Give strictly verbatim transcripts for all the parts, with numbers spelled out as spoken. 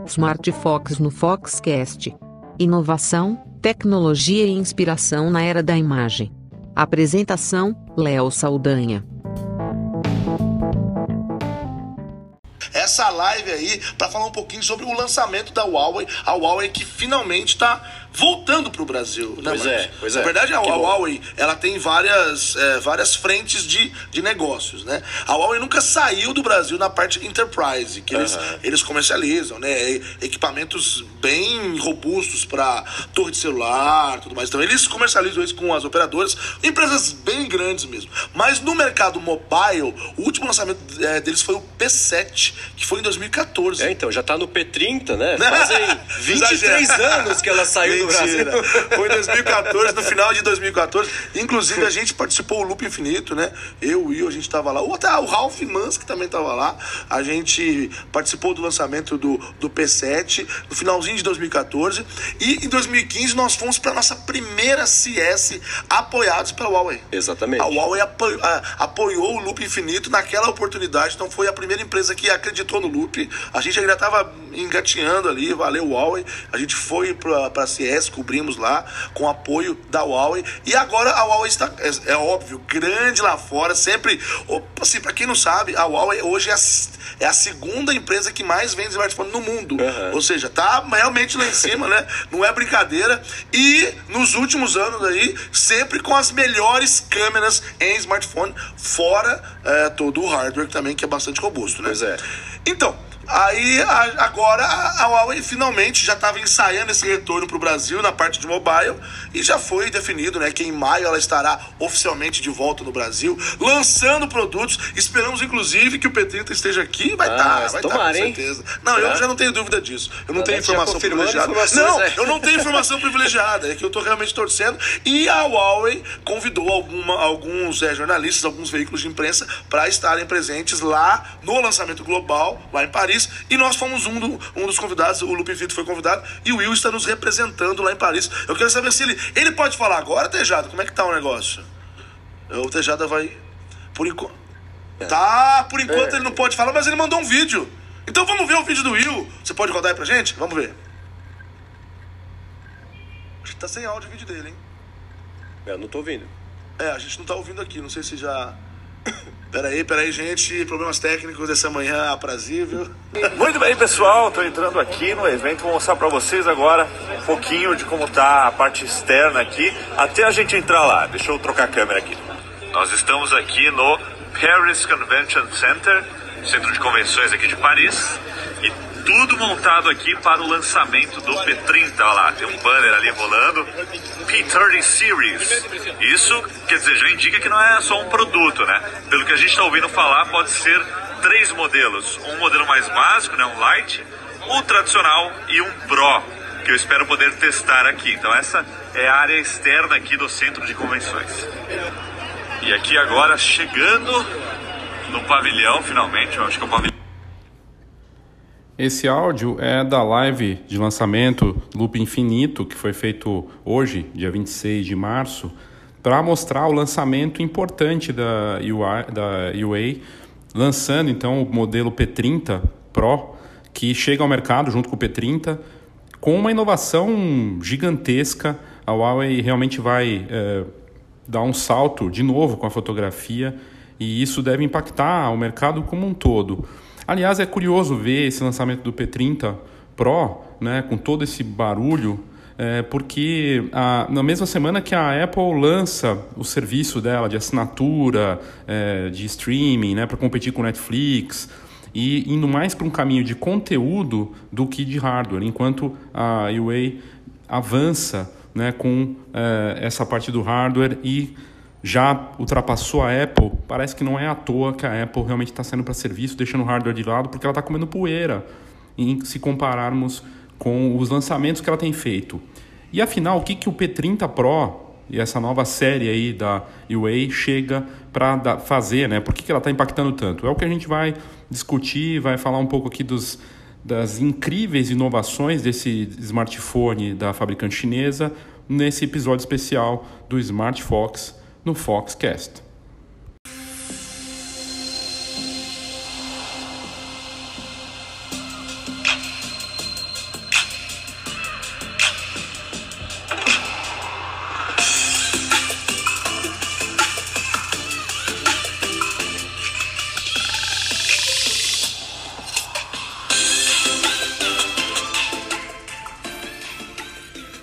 Smart Fox no Foxcast. Inovação, tecnologia e inspiração na era da imagem. Apresentação: Léo Saldanha. Essa live aí para falar um pouquinho sobre o lançamento da Huawei, a Huawei que finalmente está voltando para o Brasil, né, pois é, pois é. Na verdade, a, a Huawei ela tem várias, é, várias frentes de, de negócios, né? A Huawei nunca saiu do Brasil na parte enterprise, que eles, uhum. eles comercializam, né? Equipamentos bem robustos para torre de celular, tudo mais. Então eles comercializam isso com as operadoras, empresas bem grandes mesmo. Mas no mercado mobile, o último lançamento é, deles foi o P sete, que foi em dois mil e quatorze. É, então já tá no P trinta, né? Fazem vinte e três anos que ela saiu. Mentira. Do Brasil. Foi em dois mil e quatorze, no final de dois mil e quatorze. Inclusive, a gente participou do Loop Infinito, né? Eu, o Will, a gente tava lá. O, até o Ralph Mansky também tava lá. A gente participou do lançamento do, do P sete no finalzinho de dois mil e quatorze. E em dois mil e quinze nós fomos para nossa primeira C S apoiados pela Huawei. Exatamente. A Huawei apoiou, a, apoiou o Loop Infinito naquela oportunidade. Então foi a primeira empresa que acreditou no Loop. A gente ainda tava engatinhando ali. Valeu, Huawei. A gente foi para a C S, cobrimos lá com apoio da Huawei. E agora a Huawei está, é, é óbvio, grande lá fora. Sempre, assim, para quem não sabe, a Huawei hoje é a, é a segunda empresa que mais vende smartphone no mundo. Uhum. Ou seja, tá realmente lá em cima, né? Não é brincadeira. E nos últimos anos aí, sempre com as melhores câmeras em smartphone, fora é, todo o hardware também, que é bastante robusto, né? Pois é. Então, aí a, agora a, a Huawei finalmente já estava ensaiando esse retorno para o Brasil na parte de mobile e já foi definido, né, que em maio ela estará oficialmente de volta no Brasil, lançando produtos. Esperamos inclusive que o P trinta esteja aqui. Vai estar, ah, tá, vai estar, tá, com certeza. Não, é? eu já não tenho dúvida disso. Eu não, não tenho informação privilegiada. Não, é. eu não tenho informação privilegiada. É que eu estou realmente torcendo. E a Huawei convidou alguma, alguns é, jornalistas, alguns veículos de imprensa para estarem presentes lá no lançamento global, lá em Paris. E nós fomos um, do, um dos convidados. O Loop Infinito foi convidado e o Will está nos representando lá em Paris. Eu quero saber se ele... Ele pode falar agora, Tejada? Como é que tá o negócio? O Tejada vai... Por enquanto... É. Tá, por enquanto é. Ele não pode falar, mas ele mandou um vídeo. Então vamos ver o vídeo do Will. Você pode rodar aí pra gente? Vamos ver. Acho que tá sem áudio o vídeo dele, hein? Eu não tô ouvindo. É, a gente não tá ouvindo aqui. Não sei se já... Peraí, peraí, gente, problemas técnicos dessa manhã aprazível. Muito bem, pessoal, estou entrando aqui no evento, vou mostrar para vocês agora um pouquinho de como está a parte externa aqui, até a gente entrar lá. Deixa eu trocar a câmera aqui. Nós estamos aqui no Paris Convention Center, centro de convenções aqui de Paris, e tudo montado aqui para o lançamento do P trinta. Olha lá, tem um banner ali rolando, P trinta Series. Isso, quer dizer, já indica que não é só um produto, né? Pelo que a gente está ouvindo falar, pode ser três modelos. Um modelo mais básico, né, um Lite, um tradicional e um Pro, que eu espero poder testar aqui. Então essa é a área externa aqui do centro de convenções. E aqui agora, chegando no pavilhão, finalmente, eu acho que é o pavilhão. Esse áudio é da live de lançamento Loop Infinito, que foi feito hoje, dia vinte e seis de março, para mostrar o lançamento importante da Huawei, lançando então o modelo P trinta Pro, que chega ao mercado junto com o P trinta, com uma inovação gigantesca. A Huawei realmente vai é, dar um salto de novo com a fotografia, e isso deve impactar o mercado como um todo. Aliás, é curioso ver esse lançamento do P trinta Pro, né, com todo esse barulho, é, porque a, na mesma semana que a Apple lança o serviço dela de assinatura, é, de streaming, né, para competir com Netflix, e indo mais para um caminho de conteúdo do que de hardware, enquanto a Huawei avança, né, com é, essa parte do hardware e já ultrapassou a Apple. Parece que não é à toa que a Apple realmente está saindo para serviço, deixando o hardware de lado, porque ela está comendo poeira em se compararmos com os lançamentos que ela tem feito. E afinal, o que, que o P trinta Pro e essa nova série aí da Huawei chega para fazer, né? Por que, que ela está impactando tanto? É o que a gente vai discutir, vai falar um pouco aqui dos, das incríveis inovações desse smartphone da fabricante chinesa nesse episódio especial do Smart Fox no Foxcast.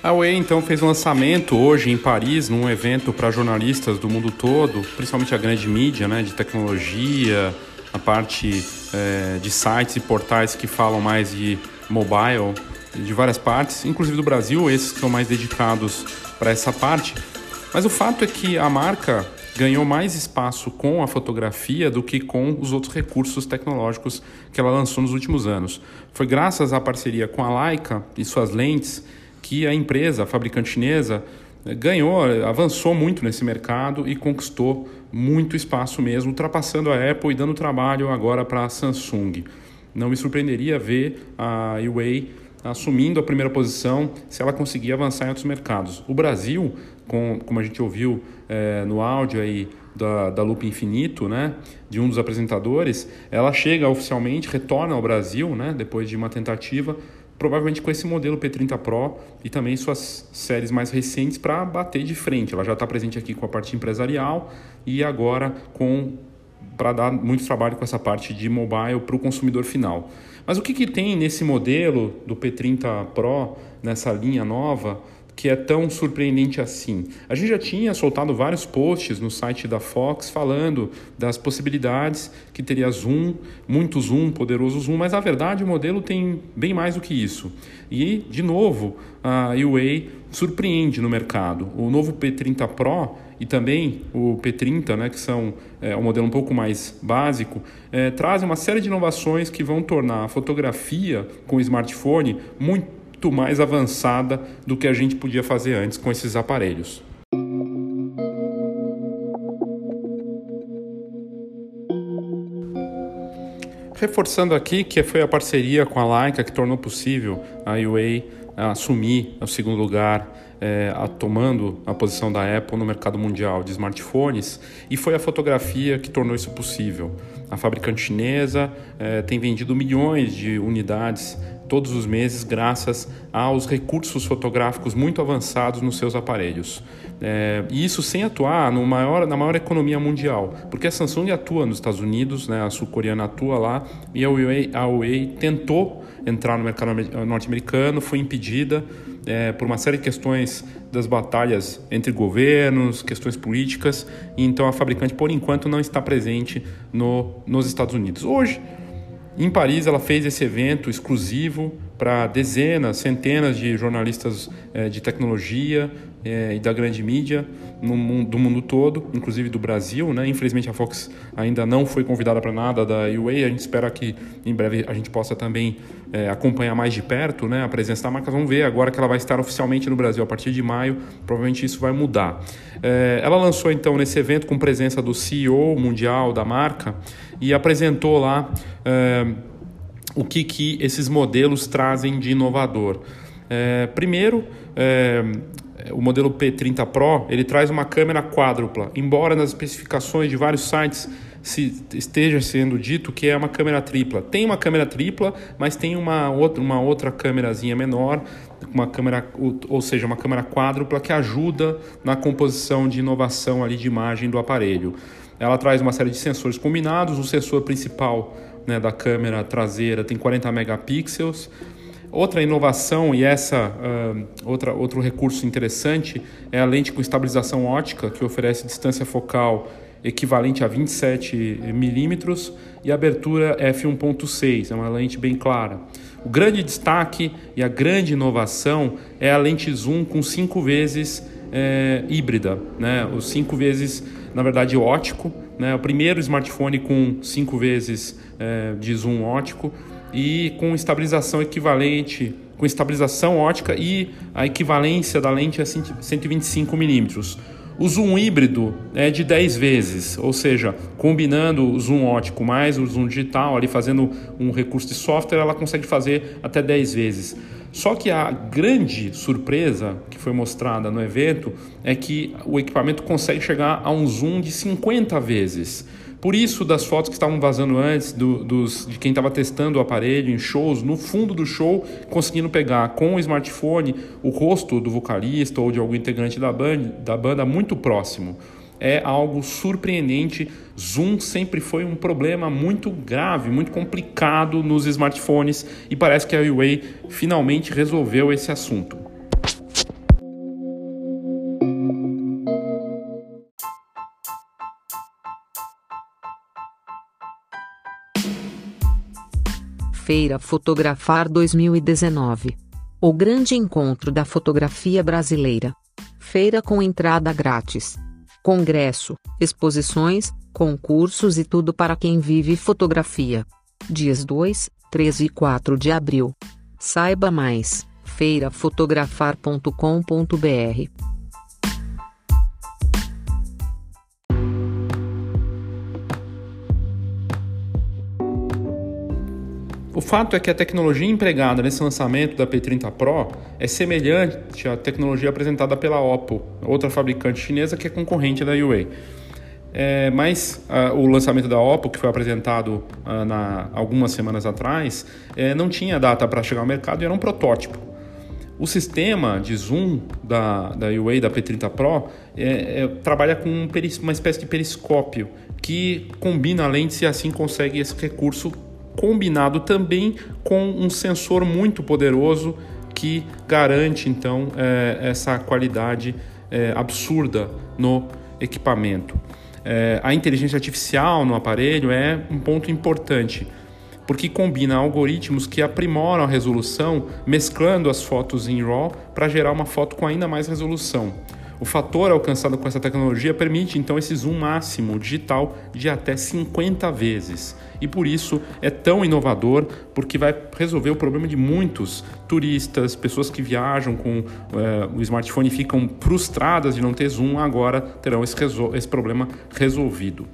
A Huawei então fez um lançamento hoje em Paris, num evento para jornalistas do mundo todo, principalmente a grande mídia, né, de tecnologia, a parte é, de sites e portais que falam mais de mobile, de várias partes, inclusive do Brasil, esses que são mais dedicados para essa parte. Mas o fato é que a marca ganhou mais espaço com a fotografia do que com os outros recursos tecnológicos que ela lançou nos últimos anos. Foi graças à parceria com a Leica e suas lentes que a empresa, a fabricante chinesa, ganhou, avançou muito nesse mercado e conquistou muito espaço mesmo, ultrapassando a Apple e dando trabalho agora para a Samsung. Não me surpreenderia ver a Huawei assumindo a primeira posição se ela conseguir avançar em outros mercados. O Brasil, com, como a gente ouviu é, no áudio aí da, da Loop Infinito, né, de um dos apresentadores, ela chega oficialmente, retorna ao Brasil, né, depois de uma tentativa, provavelmente com esse modelo P trinta Pro e também suas séries mais recentes para bater de frente. Ela já está presente aqui com a parte empresarial e agora com para dar muito trabalho com essa parte de mobile para o consumidor final. Mas o que, que tem nesse modelo do P trinta Pro, nessa linha nova, que é tão surpreendente assim? A gente já tinha soltado vários posts no site da Fox falando das possibilidades que teria zoom, muito zoom, poderoso zoom, mas na verdade o modelo tem bem mais do que isso. E, de novo, a Huawei surpreende no mercado. O novo P trinta Pro e também o P trinta, né, que são é, um modelo um pouco mais básico, é, trazem uma série de inovações que vão tornar a fotografia com o smartphone muito muito mais avançada do que a gente podia fazer antes com esses aparelhos. Reforçando aqui que foi a parceria com a Leica que tornou possível a Huawei assumir o segundo lugar, é, a, tomando a posição da Apple no mercado mundial de smartphones, e foi a fotografia que tornou isso possível. A fabricante chinesa é, tem vendido milhões de unidades todos os meses graças aos recursos fotográficos muito avançados nos seus aparelhos. É, e isso sem atuar no maior, na maior economia mundial, porque a Samsung atua nos Estados Unidos, né, a sul-coreana atua lá, e a Huawei, a Huawei tentou entrar no mercado norte-americano, foi impedida é, por uma série de questões das batalhas entre governos, questões políticas, e então a fabricante, por enquanto, não está presente no, nos Estados Unidos. Hoje, em Paris, ela fez esse evento exclusivo para dezenas, centenas de jornalistas eh, de tecnologia eh, e da grande mídia no mundo, do mundo todo, inclusive do Brasil, né? Infelizmente a Fox ainda não foi convidada para nada da Huawei. A gente espera que em breve a gente possa também eh, acompanhar mais de perto, né, a presença da marca. Vamos ver agora que ela vai estar oficialmente no Brasil a partir de maio, provavelmente isso vai mudar. Eh, ela lançou então nesse evento com presença do C E O mundial da marca e apresentou lá eh, o que, que esses modelos trazem de inovador. É, primeiro, é, o modelo P trinta Pro ele traz uma câmera quádrupla, embora nas especificações de vários sites se esteja sendo dito que é uma câmera tripla. Tem uma câmera tripla, mas tem uma outra, uma outra câmerazinha menor, uma câmera, ou seja, uma câmera quádrupla que ajuda na composição de inovação ali de imagem do aparelho. Ela traz uma série de sensores combinados. O sensor principal, né, da câmera traseira tem quarenta megapixels. Outra inovação, e essa uh, outra, outro recurso interessante, é a lente com estabilização ótica, que oferece distância focal equivalente a vinte e sete milímetros e abertura f um ponto seis, é uma lente bem clara. O grande destaque e a grande inovação é a lente zoom com cinco vezes é, híbrida, né? Os cinco vezes, na verdade, ótico, né? O primeiro smartphone com cinco vezes é, de zoom ótico e com estabilização equivalente, com estabilização ótica e a equivalência da lente é cento e vinte e cinco milímetros. O zoom híbrido é de dez vezes, ou seja, combinando o zoom ótico mais o zoom digital, ali fazendo um recurso de software, ela consegue fazer até dez vezes. Só que a grande surpresa que foi mostrada no evento é que o equipamento consegue chegar a um zoom de cinquenta vezes. Por isso, das fotos que estavam vazando antes, do, dos, de quem estava testando o aparelho em shows, no fundo do show, conseguindo pegar com o smartphone o rosto do vocalista ou de algum integrante da banda, da banda muito próximo. É algo surpreendente. Zoom sempre foi um problema muito grave, muito complicado nos smartphones e parece que a Huawei finalmente resolveu esse assunto. Feira Fotografar dois mil e dezenove. O grande encontro da fotografia brasileira. Feira com entrada grátis. Congresso, exposições, concursos e tudo para quem vive fotografia. Dias dois, três e quatro de abril. Saiba mais, feira fotografar ponto com ponto br. O fato é que a tecnologia empregada nesse lançamento da P trinta Pro é semelhante à tecnologia apresentada pela Oppo, outra fabricante chinesa que é concorrente da U A. É, mas uh, o lançamento da Oppo, que foi apresentado uh, na, algumas semanas atrás, é, não tinha data para chegar ao mercado e era um protótipo. O sistema de zoom da, da U A, da P trinta Pro, é, é, trabalha com um peris, uma espécie de periscópio que combina lentes e assim consegue esse recurso combinado também com um sensor muito poderoso que garante então é, essa qualidade é, absurda no equipamento. É, a inteligência artificial no aparelho é um ponto importante, porque combina algoritmos que aprimoram a resolução, mesclando as fotos em RAW para gerar uma foto com ainda mais resolução. O fator alcançado com essa tecnologia permite então esse zoom máximo digital de até cinquenta vezes. E por isso é tão inovador, porque vai resolver o problema de muitos turistas, pessoas que viajam com é, o smartphone e ficam frustradas de não ter zoom, agora terão esse, esse problema resolvido.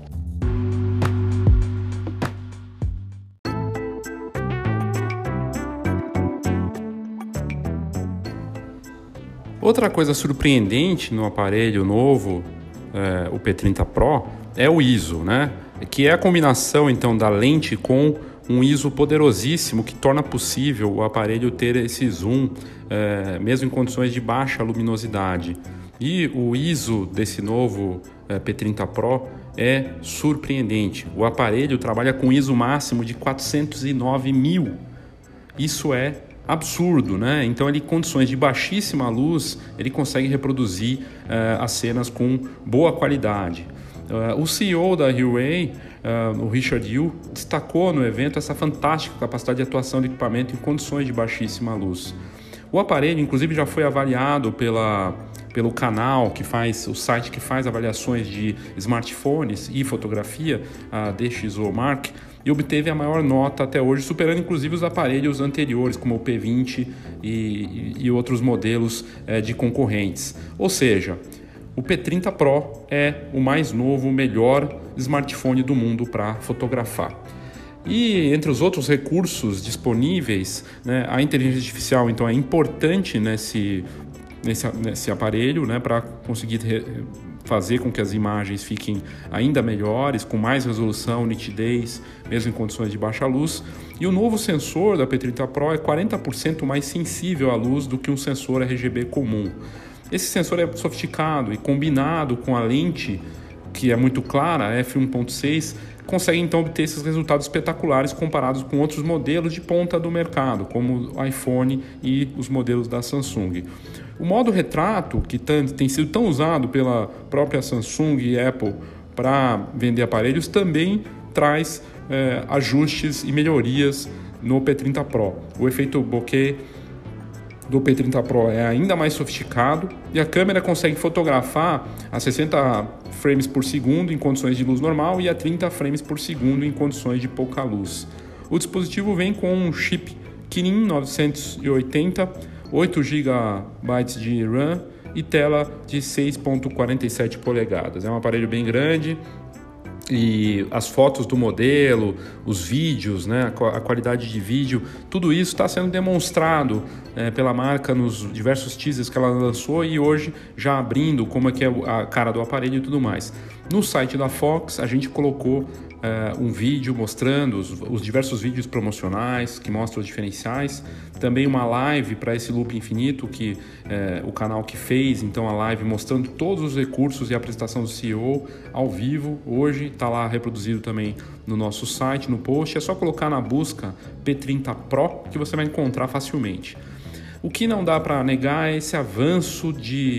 Outra coisa surpreendente no aparelho novo, é, o P trinta Pro, é o I S O, né? Que é a combinação então da lente com um I S O poderosíssimo que torna possível o aparelho ter esse zoom, é, mesmo em condições de baixa luminosidade. E o I S O desse novo é, P trinta Pro é surpreendente. O aparelho trabalha com I S O máximo de quatrocentos e nove mil. Isso é absurdo, né? Então, ele, em condições de baixíssima luz, ele consegue reproduzir uh, as cenas com boa qualidade. Uh, o C E O da U A, uh, o Richard Yu, destacou no evento essa fantástica capacidade de atuação do equipamento em condições de baixíssima luz. O aparelho, inclusive, já foi avaliado pela, pelo canal que faz, o site que faz avaliações de smartphones e fotografia, a D X O Mark, e obteve a maior nota até hoje, superando inclusive os aparelhos anteriores, como o P vinte e, e, e outros modelos é, de concorrentes. Ou seja, o P trinta Pro é o mais novo, melhor smartphone do mundo para fotografar. E entre os outros recursos disponíveis, né, a inteligência artificial então é importante nesse, nesse, nesse aparelho, né, para conseguir re- fazer com que as imagens fiquem ainda melhores, com mais resolução, nitidez, mesmo em condições de baixa luz. E o novo sensor da P trinta Pro é quarenta por cento mais sensível à luz do que um sensor R G B comum. Esse sensor é sofisticado e combinado com a lente, que é muito clara, a F um ponto seis, consegue então obter esses resultados espetaculares comparados com outros modelos de ponta do mercado, como o iPhone e os modelos da Samsung. O modo retrato, que tem sido tão usado pela própria Samsung e Apple para vender aparelhos, também traz é, ajustes e melhorias no P trinta Pro. O efeito bokeh do P trinta Pro é ainda mais sofisticado e a câmera consegue fotografar a sessenta frames por segundo em condições de luz normal e a trinta frames por segundo em condições de pouca luz. O dispositivo vem com um chip Kirin novecentos e oitenta, oito gigabytes de RAM e tela de seis vírgula quarenta e sete polegadas. É um aparelho bem grande e as fotos do modelo, os vídeos, né, a qualidade de vídeo, tudo isso está sendo demonstrado é, pela marca nos diversos teasers que ela lançou e hoje já abrindo como é que é a cara do aparelho e tudo mais. No site da Fox a gente colocou é, um vídeo mostrando os, os diversos vídeos promocionais que mostram os diferenciais, também uma live para esse loop infinito que é, o canal que fez, então a live mostrando todos os recursos e a apresentação do C E O ao vivo, hoje está lá reproduzido também no nosso site, no post, é só colocar na busca P trinta Pro que você vai encontrar facilmente. O que não dá para negar é esse avanço de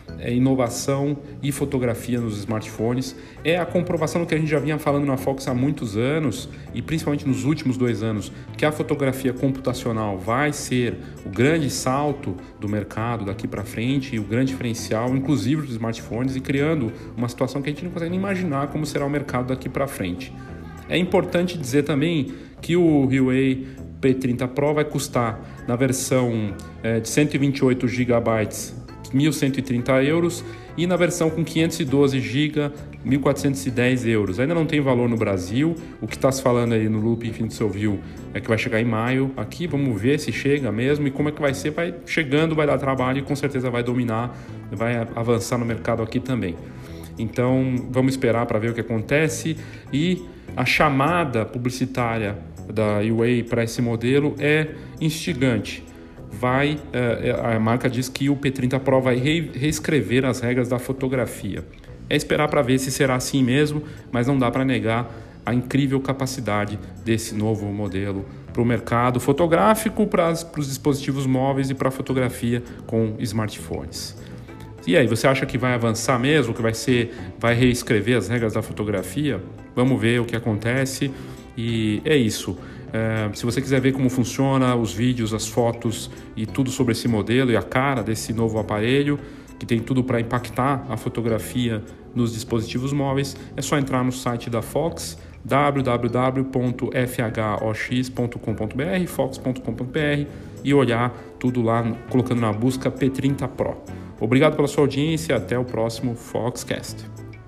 é inovação e fotografia nos smartphones. É a comprovação do que a gente já vinha falando na Fox há muitos anos, e principalmente nos últimos dois anos, que a fotografia computacional vai ser o grande salto do mercado daqui para frente e o grande diferencial, inclusive dos smartphones, e criando uma situação que a gente não consegue nem imaginar como será o mercado daqui para frente. É importante dizer também que o Huawei P trinta Pro vai custar, na versão é, de cento e vinte e oito gigabytes, mil cento e trinta euros, e na versão com quinhentos e doze gigabytes, mil quatrocentos e dez euros. Ainda não tem valor no Brasil. O que está se falando aí no Loop Infinito Seu View é que vai chegar em maio aqui. Vamos ver se chega mesmo e como é que vai ser. Vai chegando, vai dar trabalho e com certeza vai dominar, vai avançar no mercado aqui também. Então vamos esperar para ver o que acontece. E a chamada publicitária da Huawei para esse modelo é instigante. Vai, a marca diz que o P trinta Pro vai reescrever as regras da fotografia. É esperar para ver se será assim mesmo, mas não dá para negar a incrível capacidade desse novo modelo para o mercado fotográfico, para os dispositivos móveis e para a fotografia com smartphones. E aí, você acha que vai avançar mesmo, que vai ser, vai reescrever as regras da fotografia? Vamos ver o que acontece. E é isso. É, se você quiser ver como funciona, os vídeos, as fotos e tudo sobre esse modelo e a cara desse novo aparelho, que tem tudo para impactar a fotografia nos dispositivos móveis, é só entrar no site da Fox, w w w ponto f h o x ponto com ponto b r, fox ponto com ponto b r, e olhar tudo lá, colocando na busca P trinta Pro. Obrigado pela sua audiência e até o próximo Foxcast.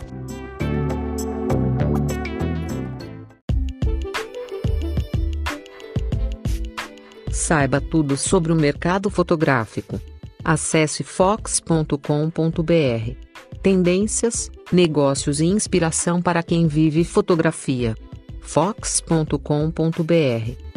Saiba tudo sobre o mercado fotográfico. Acesse fox ponto com ponto b r. Tendências, negócios e inspiração para quem vive fotografia. fox ponto com ponto b r